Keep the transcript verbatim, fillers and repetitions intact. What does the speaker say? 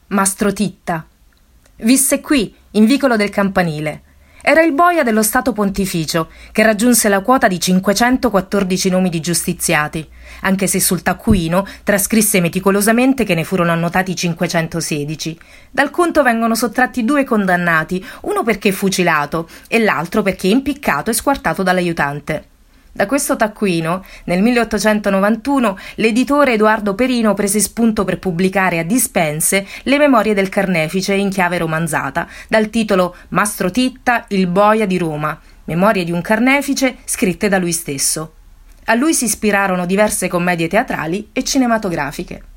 Mastro Titta. Visse qui, in Vicolo del Campanile. Era il boia dello Stato Pontificio, che raggiunse la quota di cinquecentoquattordici nomi di giustiziati, anche se sul taccuino trascrisse meticolosamente che ne furono annotati cinquecentosedici. Dal conto vengono sottratti due condannati, uno perché fucilato e l'altro perché impiccato e squartato dall'aiutante. Da questo taccuino, nel milleottocentonovantuno, l'editore Edoardo Perino prese spunto per pubblicare a dispense le memorie del carnefice in chiave romanzata, dal titolo Mastro Titta, il boia di Roma, memorie di un carnefice scritte da lui stesso. A lui si ispirarono diverse commedie teatrali e cinematografiche.